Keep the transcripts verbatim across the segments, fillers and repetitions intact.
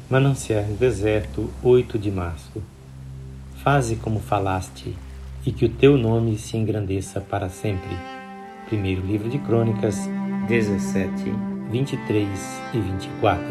Mananciais no Deserto, oito de março. Faze como falaste, e que o teu nome se engrandeça para sempre. Primeiro livro de Crônicas, dezessete, vinte e três e vinte e quatro.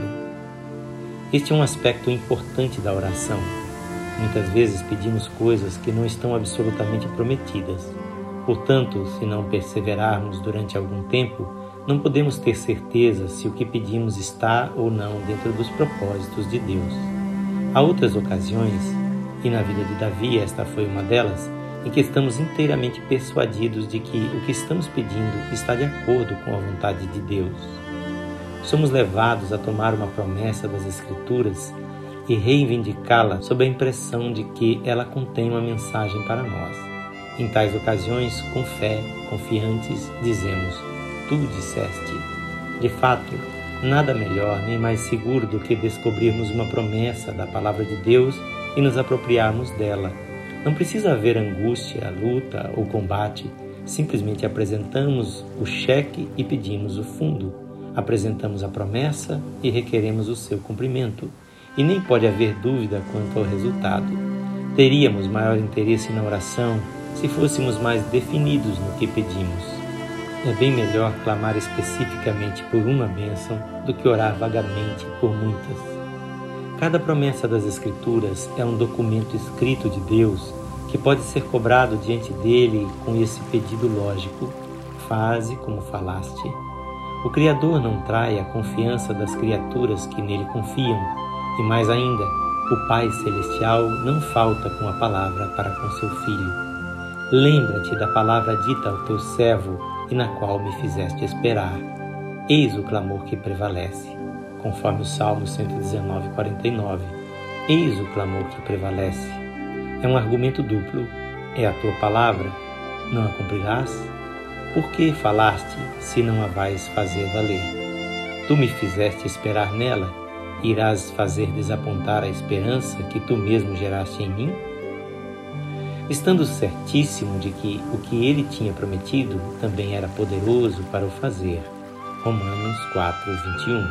Este é um aspecto importante da oração. Muitas vezes pedimos coisas que não estão absolutamente prometidas. Portanto, se não perseverarmos durante algum tempo, não podemos ter certeza se o que pedimos está ou não dentro dos propósitos de Deus. Há outras ocasiões, e na vida de Davi esta foi uma delas, em que estamos inteiramente persuadidos de que o que estamos pedindo está de acordo com a vontade de Deus. Somos levados a tomar uma promessa das Escrituras e reivindicá-la sob a impressão de que ela contém uma mensagem para nós. Em tais ocasiões, com fé, confiantes, dizemos: Tu disseste. De fato, nada melhor nem mais seguro do que descobrirmos uma promessa da palavra de Deus e nos apropriarmos dela. Não precisa haver angústia, luta ou combate. Simplesmente apresentamos o cheque e pedimos o fundo. Apresentamos a promessa e requeremos o seu cumprimento. E nem pode haver dúvida quanto ao resultado. Teríamos maior interesse na oração se fôssemos mais definidos no que pedimos. É bem melhor clamar especificamente por uma bênção do que orar vagamente por muitas. Cada promessa das Escrituras é um documento escrito de Deus que pode ser cobrado diante dele com esse pedido lógico: faze como falaste. O Criador não trai a confiança das criaturas que nele confiam, e mais ainda, o Pai Celestial não falta com a palavra para com seu Filho. Lembra-te da palavra dita ao teu servo e na qual me fizeste esperar. Eis o clamor que prevalece, conforme o Salmo cento e dezenove, quarenta e nove. Eis o clamor que prevalece. É um argumento duplo. É a tua palavra, não a cumprirás? Por que falaste, se não a vais fazer valer? Tu me fizeste esperar nela, irás fazer desapontar a esperança que tu mesmo geraste em mim? Estando certíssimo de que o que ele tinha prometido também era poderoso para o fazer. Romanos quatro, vinte e um.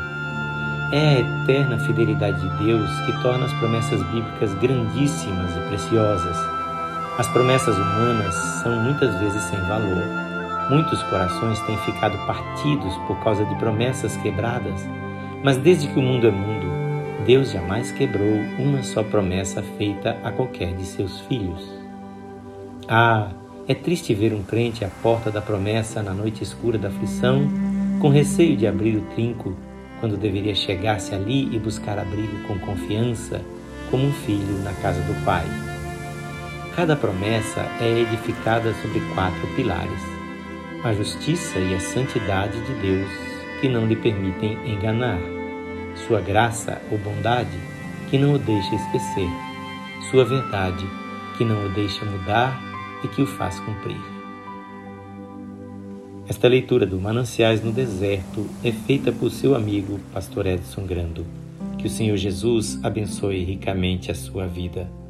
É a eterna fidelidade de Deus que torna as promessas bíblicas grandíssimas e preciosas. As promessas humanas são muitas vezes sem valor. Muitos corações têm ficado partidos por causa de promessas quebradas, mas desde que o mundo é mundo, Deus jamais quebrou uma só promessa feita a qualquer de seus filhos. Ah, é triste ver um crente à porta da promessa na noite escura da aflição, com receio de abrir o trinco, quando deveria chegar-se ali e buscar abrigo com confiança, como um filho na casa do Pai. Cada promessa é edificada sobre quatro pilares: a justiça e a santidade de Deus, que não lhe permitem enganar; sua graça ou bondade, que não o deixa esquecer; sua verdade, que não o deixa mudar e que o faz cumprir. Esta leitura do Mananciais no Deserto é feita por seu amigo, pastor Edson Grando. Que o Senhor Jesus abençoe ricamente a sua vida.